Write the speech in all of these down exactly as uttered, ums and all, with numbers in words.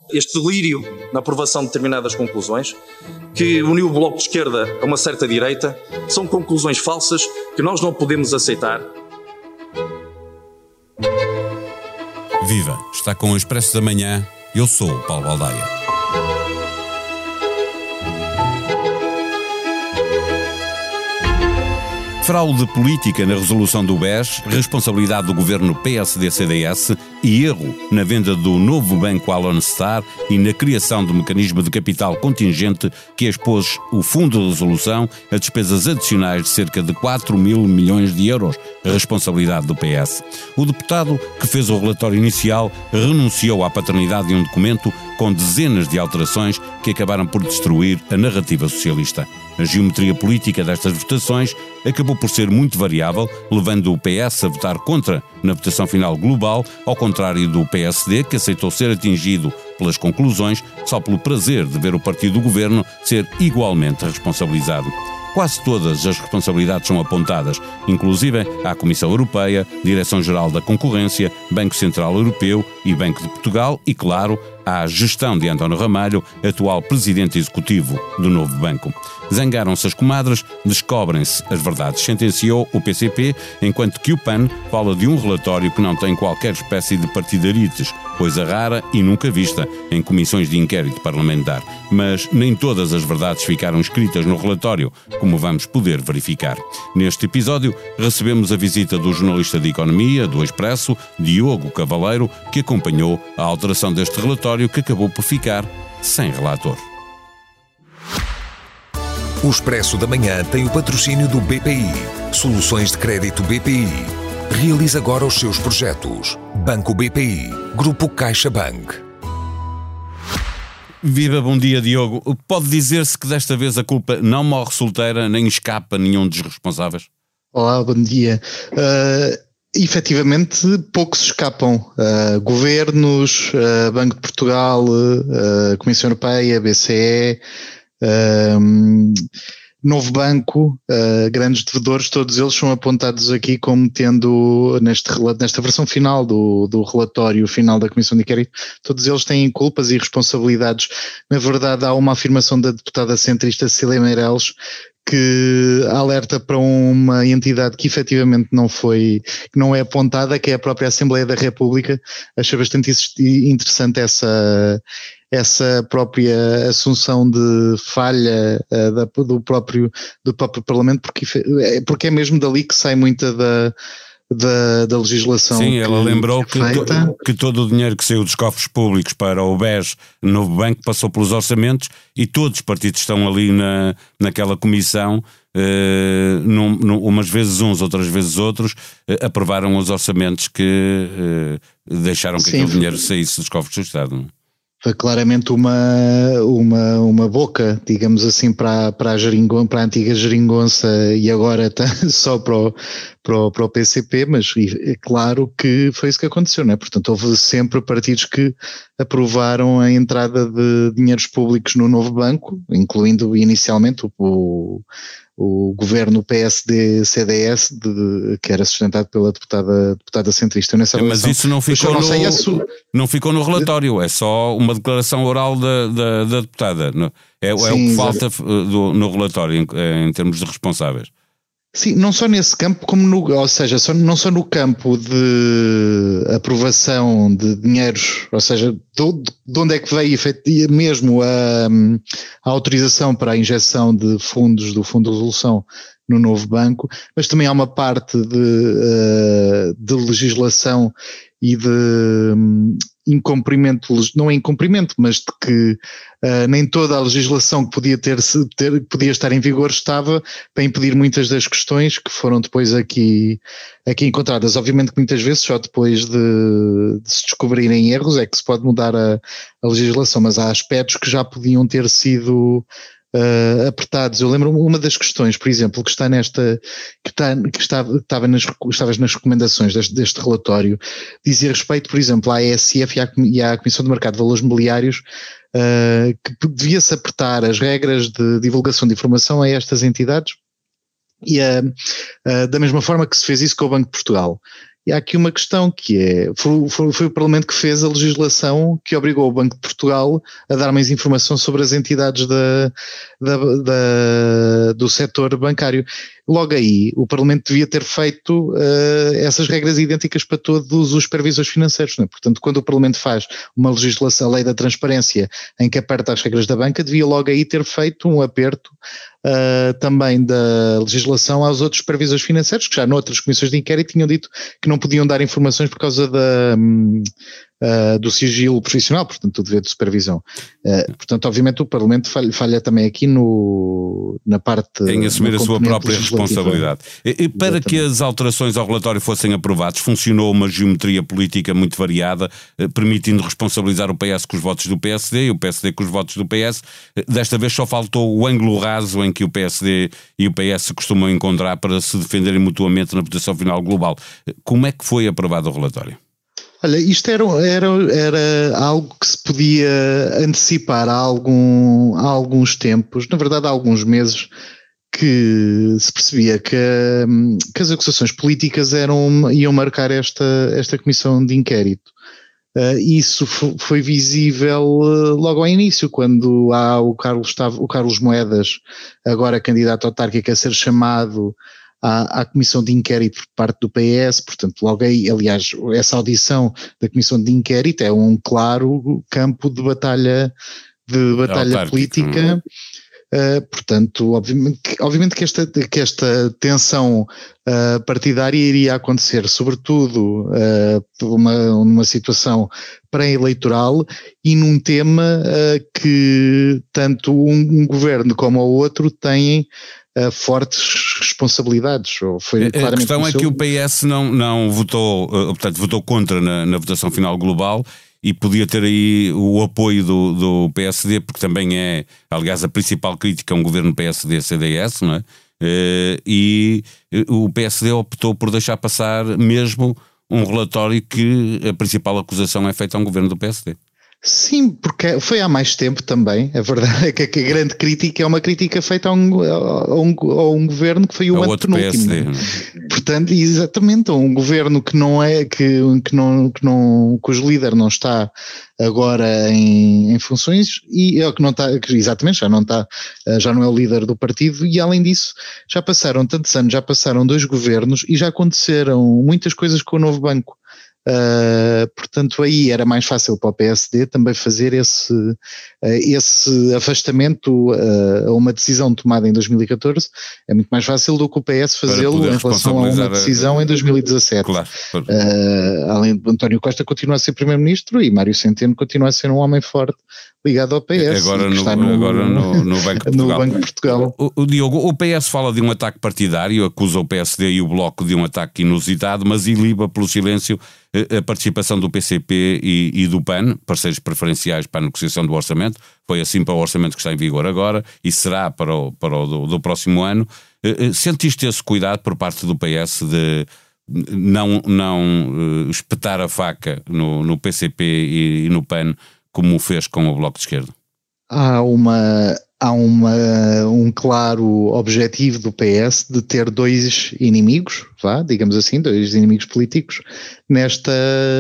Este delírio na aprovação de determinadas conclusões, que uniu o Bloco de Esquerda a uma certa direita, são conclusões falsas que nós não podemos aceitar. Viva! Está com o Expresso da Manhã. Eu sou o Paulo Baldaia. Fraude política na resolução do B E S, responsabilidade do governo P S D C D S e erro na venda do novo banco à Lone Star e na criação do mecanismo de capital contingente que expôs o fundo de resolução a despesas adicionais de cerca de quatro mil milhões de euros, responsabilidade do P S. O deputado que fez o relatório inicial renunciou à paternidade de um documento com dezenas de alterações que acabaram por destruir a narrativa socialista. A geometria política destas votações acabou por ser muito variável, levando o P S a votar contra na votação final global, ao contrário do P S D, que aceitou ser atingido pelas conclusões só pelo prazer de ver o partido do governo ser igualmente responsabilizado. Quase todas as responsabilidades são apontadas, inclusive à Comissão Europeia, Direção-Geral da Concorrência, Banco Central Europeu e Banco de Portugal e, claro, à gestão de António Ramalho, atual presidente executivo do novo banco. Zangaram-se as comadres, descobrem-se as verdades, sentenciou o P C P, enquanto que o P A N fala de um relatório que não tem qualquer espécie de partidarites, coisa rara e nunca vista em comissões de inquérito parlamentar. Mas nem todas as verdades ficaram escritas no relatório, como vamos poder verificar. Neste episódio, recebemos a visita do jornalista de Economia do Expresso, Diogo Cavaleiro, que acompanhou a alteração deste relatório que acabou por ficar sem relator. O Expresso da Manhã tem o patrocínio do B P I. Soluções de crédito B P I. Realize agora os seus projetos. Banco B P I. Grupo CaixaBank. Viva, bom dia, Diogo. Pode dizer-se que desta vez a culpa não morre solteira, nem escapa nenhum dos responsáveis? Olá, bom dia. Uh, efetivamente, poucos escapam. Uh, governos, uh, Banco de Portugal, uh, Comissão Europeia, B C E... Um, novo banco, uh, grandes devedores, todos eles são apontados aqui como tendo, neste, nesta versão final do, do relatório final da Comissão de Inquérito, todos eles têm culpas e responsabilidades. Na verdade, há uma afirmação da deputada centrista Cecília Meirelles que alerta para uma entidade que efetivamente não foi, que não é apontada, que é a própria Assembleia da República. Achei bastante interessante essa, essa própria assunção de falha uh, da, do, próprio, do próprio Parlamento, porque, porque é mesmo dali que sai muita da, da, da legislação. Sim, ela que, lembrou que, que, to, que todo o dinheiro que saiu dos cofres públicos para o B E S, novo banco, passou pelos orçamentos e todos os partidos estão ali na, naquela comissão. Uh, num, num, umas vezes uns, outras vezes outros, uh, aprovaram os orçamentos que uh, deixaram que Sim, aquele dinheiro saísse dos cofres do Estado. Foi claramente uma, uma, uma boca, digamos assim, para, para, a, geringon, para a antiga geringonça e agora tá só para o, para, o, para o P C P, mas é claro que foi isso que aconteceu, não é? Portanto, houve sempre partidos que aprovaram a entrada de dinheiros públicos no novo banco, incluindo inicialmente o, o o governo P S D C D S, de, que era sustentado pela deputada, deputada centrista nessa Mas relação. isso não ficou, não, no, sei, su... não ficou no relatório, é só uma declaração oral da, da, da deputada. É, é Sim, o que falta do, no relatório em, em termos de responsáveis. Sim, não só nesse campo, como no, ou seja, só, não só no campo de aprovação de dinheiros, ou seja, de, de onde é que veio mesmo a, a autorização para a injeção de fundos do Fundo de Resolução no novo banco, mas também há uma parte de, de legislação e de incumprimento, não é incumprimento, mas de que uh, nem toda a legislação que podia ter, ter, podia estar em vigor estava para impedir muitas das questões que foram depois aqui, aqui encontradas. Obviamente que muitas vezes só depois de, de se descobrirem erros é que se pode mudar a, a legislação, mas há aspectos que já podiam ter sido Uh, apertados. Eu lembro uma das questões, por exemplo, que está nesta, que, está, que estava, estava nas, estavas nas recomendações deste, deste relatório, dizia respeito, por exemplo, à A S F e à, e à Comissão do Mercado de Valores Mobiliários, uh, que devia-se apertar as regras de divulgação de informação a estas entidades, e uh, uh, da mesma forma que se fez isso com o Banco de Portugal. E há aqui uma questão que é, foi, foi, foi o Parlamento que fez a legislação que obrigou o Banco de Portugal a dar mais informação sobre as entidades da, da, da, do setor bancário. Logo aí, o Parlamento devia ter feito uh, essas regras idênticas para todos os supervisores financeiros, não é? Portanto, quando o Parlamento faz uma legislação, a lei da transparência, em que aperta as regras da banca, devia logo aí ter feito um aperto uh, também da legislação aos outros supervisores financeiros, que já noutras comissões de inquérito tinham dito que não podiam dar informações por causa da... Um, Uh, do sigilo profissional, portanto do dever de supervisão. Uh, portanto, obviamente o Parlamento falha, falha também aqui no, na parte... Em assumir a sua própria responsabilidade. E, e para Exatamente. que as alterações ao relatório fossem aprovadas, funcionou uma geometria política muito variada, eh, permitindo responsabilizar o P S com os votos do P S D e o P S D com os votos do P S. Desta vez só faltou o ângulo raso em que o P S D e o P S se costumam encontrar para se defenderem mutuamente na votação final global. Como é que foi aprovado o relatório? Olha, isto era, era, era algo que se podia antecipar há, algum, há alguns tempos, na verdade há alguns meses, que se percebia que, que as acusações políticas eram, iam marcar esta, esta comissão de inquérito. Uh, isso foi visível uh, logo ao início, quando há o Carlos, o Carlos Moedas, agora candidato autárquico, a ser chamado À, à comissão de inquérito por parte do P S, portanto logo aí, aliás, essa audição da comissão de inquérito é um claro campo de batalha, de batalha Autárquico, política, uh, portanto obviamente, obviamente que, esta, que esta tensão uh, partidária iria acontecer, sobretudo uh, numa, numa situação pré-eleitoral e num tema uh, que tanto um, um governo como o outro têm Uh, fortes responsabilidades. Ou foi a claramente questão é que o P S não, não votou, uh, portanto, votou contra na, na votação final global e podia ter aí o apoio do, do P S D, porque também é, aliás, a principal crítica a um governo P S D C D S, não é? Uh, e o P S D optou por deixar passar mesmo um relatório que a principal acusação é feita a um governo do P S D. Sim, porque foi há mais tempo também. A verdade é que a grande crítica é uma crítica feita a um, a um, a um governo que foi o antepenúltimo. Portanto, exatamente, um governo que não é, que, que não, que não, cujo líder não está agora em, em funções e é que não está, que exatamente, já não está, já não é o líder do partido e além disso já passaram tantos anos, já passaram dois governos e já aconteceram muitas coisas com o novo banco. Uh, portanto aí era mais fácil para o P S D também fazer esse, uh, esse afastamento uh, a uma decisão tomada em dois mil e catorze, é muito mais fácil do que o P S fazê-lo em relação a uma decisão a... em dois mil e dezassete. Claro. Uh, além de António Costa continua a ser primeiro-ministro e Mário Centeno continua a ser um homem forte ligado ao P S. Agora, no, no, agora no, no Banco de Portugal. No Banco de Portugal. O, o Diogo, o P S fala de um ataque partidário, acusa o P S D e o Bloco de um ataque inusitado, mas iliba pelo silêncio a participação do P C P e, e do P A N, parceiros preferenciais para a negociação do orçamento. Foi assim para o orçamento que está em vigor agora e será para o, para o do, do próximo ano. Sentiste esse cuidado por parte do P S de não, não espetar a faca no, no P C P e, e no P A N como fez com o Bloco de Esquerda? Há uma... Há uma, um claro objetivo do P S de ter dois inimigos, vá, digamos assim, dois inimigos políticos nesta,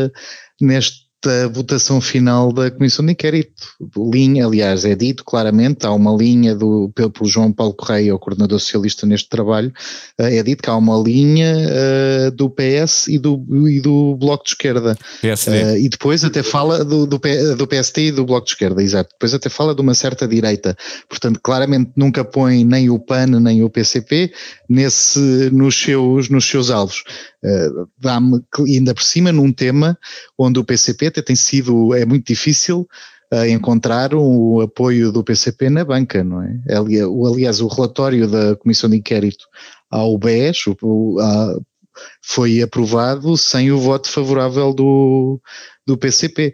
nesta votação final da Comissão de Inquérito. Linha, aliás, é dito claramente, há uma linha do, pelo, pelo João Paulo Correia, o coordenador socialista neste trabalho, é dito que há uma linha uh, do P S e do, e do Bloco de Esquerda. P S D. Uh, e depois até fala do, do, do P S D e do Bloco de Esquerda, exato. Depois até fala de uma certa direita. Portanto, claramente nunca põe nem o P A N nem o P C P nesse, nos, seus, nos seus alvos. Uh, dá-me, ainda por cima, num tema onde o P C P até tem sido, é muito difícil uh, encontrar o apoio do P C P na banca, não é? Aliás, o relatório da Comissão de Inquérito ao B E S o, o, a, foi aprovado sem o voto favorável do, do P C P.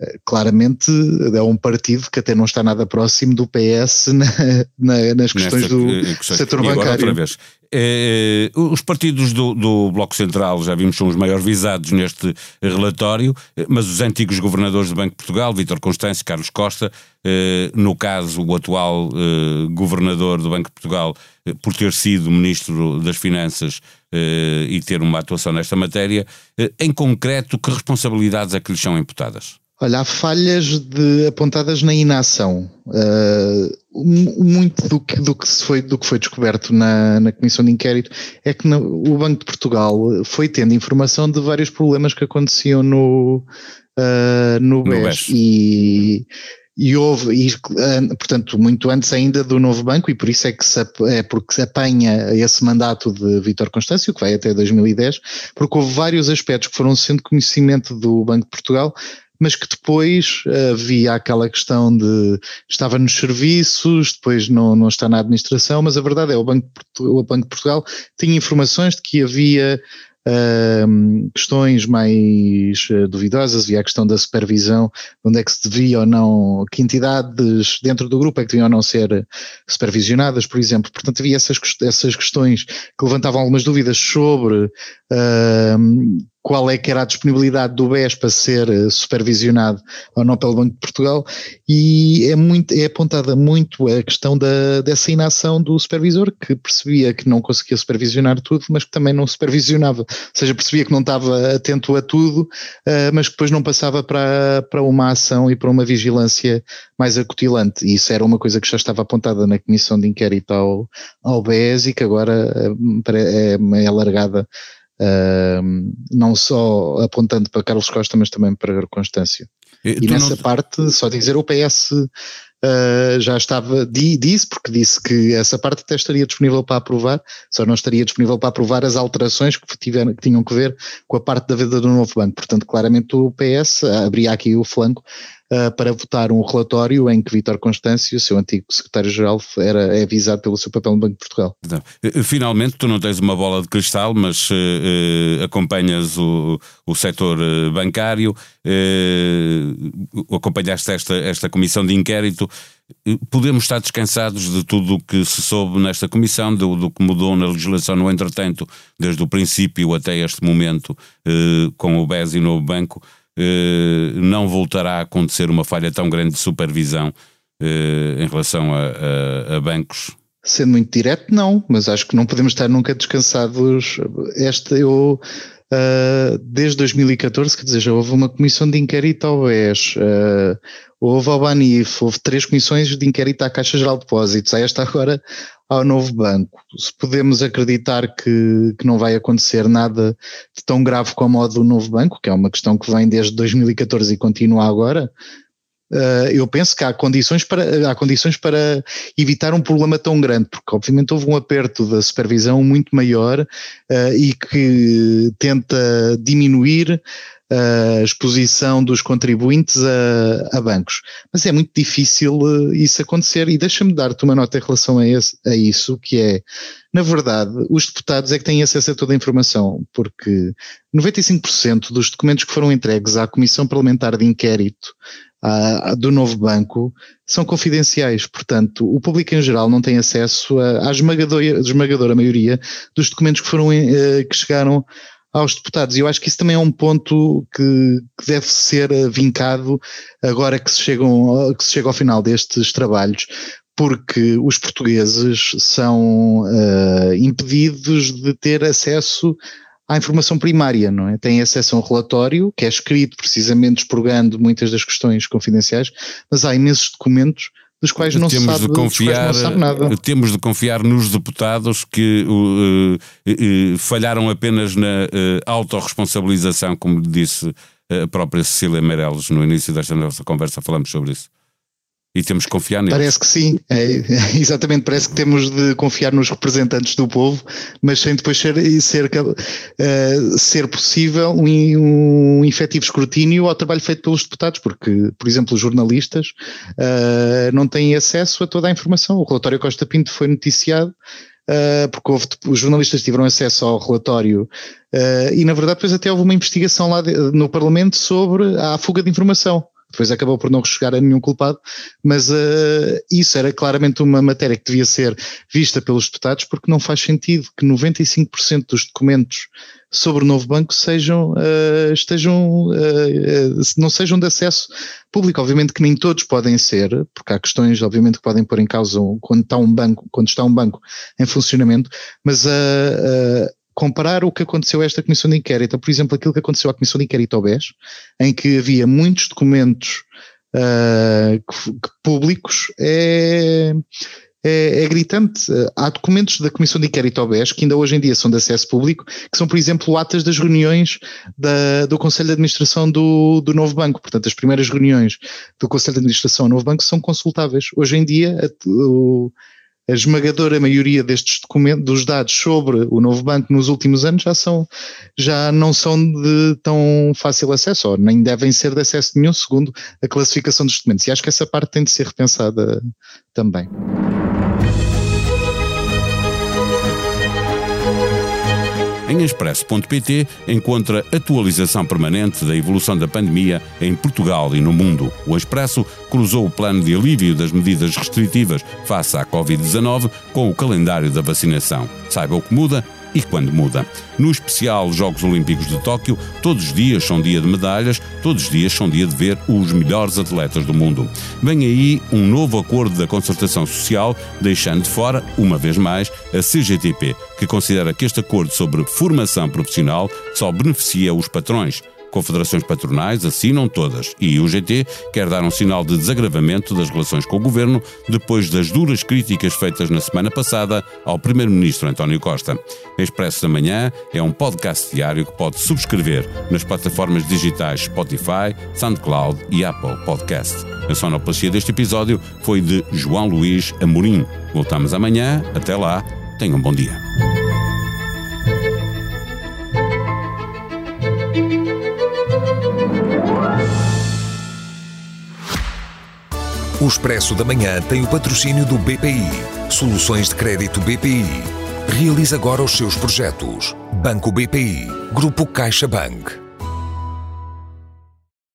claramente é um partido que até não está nada próximo do P S na, na, nas questões Nesta, do questões. setor e bancário. Agora, outra vez, eh, os partidos do, do Bloco Central, já vimos, são os maiores visados neste relatório, mas os antigos governadores do Banco de Portugal, Vítor Constâncio, Carlos Costa, eh, no caso o atual eh, governador do Banco de Portugal, eh, por ter sido Ministro das Finanças eh, e ter uma atuação nesta matéria, eh, em concreto, que responsabilidades é que lhes são imputadas? Olha, há falhas de, apontadas na inação. Uh, muito do que, do, que se foi, do que foi descoberto na, na Comissão de Inquérito é que no, o Banco de Portugal foi tendo informação de vários problemas que aconteciam no, uh, no, no B E S. E, e houve, e, uh, portanto, muito antes ainda do novo banco, e por isso é que se, é porque se apanha esse mandato de Vítor Constâncio, que vai até dois mil e dez, porque houve vários aspectos que foram sendo conhecimento do Banco de Portugal, mas que depois havia aquela questão de estava nos serviços, depois não, não está na administração, mas a verdade é o Banco, o Banco de Portugal tinha informações de que havia uh, questões mais uh, duvidosas, havia a questão da supervisão, onde é que se devia ou não, que entidades dentro do grupo é que deviam ou não ser supervisionadas, por exemplo. Portanto, havia essas, essas questões que levantavam algumas dúvidas sobre uh, qual é que era a disponibilidade do B E S para ser supervisionado ou não pelo Banco de Portugal, e é, muito, é apontada muito a questão da, dessa inação do supervisor, que percebia que não conseguia supervisionar tudo, mas que também não supervisionava, ou seja, percebia que não estava atento a tudo, uh, mas que depois não passava para, para uma ação e para uma vigilância mais acutilante, e isso era uma coisa que já estava apontada na Comissão de Inquérito ao, ao B E S e que agora é, é alargada. Uh, não só apontando para Carlos Costa, mas também para Constâncio. E, e nessa não... parte, só dizer, o P S uh, já estava, disse, porque disse que essa parte até estaria disponível para aprovar, só não estaria disponível para aprovar as alterações que, tiveram, que tinham que ver com a parte da venda do novo banco. Portanto, claramente o P S abria aqui o flanco Uh, para votar um relatório em que Vítor Constâncio, seu antigo secretário-geral, era, é avisado pelo seu papel no Banco de Portugal. Então, finalmente, tu não tens uma bola de cristal, mas uh, uh, acompanhas o, o setor uh, bancário, uh, acompanhaste esta, esta comissão de inquérito. Podemos estar descansados de tudo o que se soube nesta comissão, do, do que mudou na legislação no entretanto, desde o princípio até este momento, uh, com o B E S e o novo banco. Uh, não voltará a acontecer uma falha tão grande de supervisão uh, em relação a, a, a bancos? Sendo muito direto, não, mas acho que não podemos estar nunca descansados. Esta, eu, uh, desde dois mil e catorze, quer dizer, já houve uma comissão de inquérito ao B E S, uh, houve ao Banif, houve três comissões de inquérito à Caixa Geral de Depósitos, há esta agora ao novo banco. Se podemos acreditar que, que não vai acontecer nada de tão grave como a do novo banco, que é uma questão que vem desde dois mil e catorze e continua agora, uh, eu penso que há condições, para, há condições para evitar um problema tão grande, porque obviamente houve um aperto da supervisão muito maior uh, e que tenta diminuir a exposição dos contribuintes a, a bancos. Mas é muito difícil uh, isso acontecer, e deixa-me dar-te uma nota em relação a, esse, a isso, que é, na verdade, os deputados é que têm acesso a toda a informação, porque noventa e cinco por cento dos documentos que foram entregues à Comissão Parlamentar de Inquérito a, a, do novo banco são confidenciais, portanto, o público em geral não tem acesso à esmagadora, esmagadora maioria dos documentos que foram uh, que chegaram aos deputados, e eu acho que isso também é um ponto que, que deve ser vincado agora que se, chegam, que se chega ao final destes trabalhos, porque os portugueses são uh, impedidos de ter acesso à informação primária, não é? Têm acesso a um relatório que é escrito precisamente expurgando muitas das questões confidenciais, mas há imensos documentos dos quais não temos se sabe, de confiar, não se sabe nada. Temos de confiar nos deputados que uh, uh, falharam apenas na uh, autorresponsabilização, como disse a própria Cecília Meirelles no início desta nossa conversa, falamos sobre isso. E temos de confiar neles. Parece que sim, é, exatamente, parece que temos de confiar nos representantes do povo, mas sem depois ser, ser, uh, ser possível um, um efetivo escrutínio ao trabalho feito pelos deputados, porque, por exemplo, os jornalistas uh, não têm acesso a toda a informação. O relatório Costa Pinto foi noticiado, Uh, porque houve, os jornalistas tiveram acesso ao relatório uh, e na verdade depois até houve uma investigação lá de, no Parlamento sobre a fuga de informação. depois acabou por não chegar a nenhum culpado, mas uh, isso era claramente uma matéria que devia ser vista pelos deputados, porque não faz sentido que noventa e cinco por cento dos documentos sobre o novo banco sejam, uh, estejam, uh, uh, não sejam de acesso público. Obviamente que nem todos podem ser, porque há questões, obviamente, que podem pôr em causa quando está um banco, quando está um banco em funcionamento, mas a uh, uh, comparar o que aconteceu a esta Comissão de Inquérito, por exemplo, aquilo que aconteceu à Comissão de Inquérito ao B E S, em que havia muitos documentos uh, que, que públicos, é... É, é gritante. Há documentos da Comissão de Inquérito ao B E S que ainda hoje em dia são de acesso público, que são, por exemplo, atas das reuniões da, do Conselho de Administração do, do Novo Banco. Portanto, as primeiras reuniões do Conselho de Administração do Novo Banco são consultáveis. Hoje em dia, a, o, a esmagadora maioria destes documentos, dos dados sobre o Novo Banco nos últimos anos já, são, já não são de tão fácil acesso, ou nem devem ser de acesso nenhum, segundo a classificação dos documentos. E acho que essa parte tem de ser repensada também. Em expresso ponto pt encontra atualização permanente da evolução da pandemia em Portugal e no mundo. O Expresso cruzou o plano de alívio das medidas restritivas face à covid dezanove com o calendário da vacinação. Saiba o que muda e quando muda. No especial Jogos Olímpicos de Tóquio, todos os dias são dia de medalhas, todos os dias são dia de ver os melhores atletas do mundo. Vem aí um novo acordo da concertação social, deixando de fora, uma vez mais, a C G T P, que considera que este acordo sobre formação profissional só beneficia os patrões. Confederações patronais assinam todas e o U G T quer dar um sinal de desagravamento das relações com o Governo depois das duras críticas feitas na semana passada ao Primeiro-Ministro António Costa. Expresso da Manhã é um podcast diário que pode subscrever nas plataformas digitais Spotify, SoundCloud e Apple Podcast. A sonoplastia deste episódio foi de João Luís Amorim. Voltamos amanhã. Até lá. Tenham um bom dia. O Expresso da Manhã tem o patrocínio do B P I. Soluções de crédito B P I. Realize agora os seus projetos. Banco B P I. Grupo CaixaBank.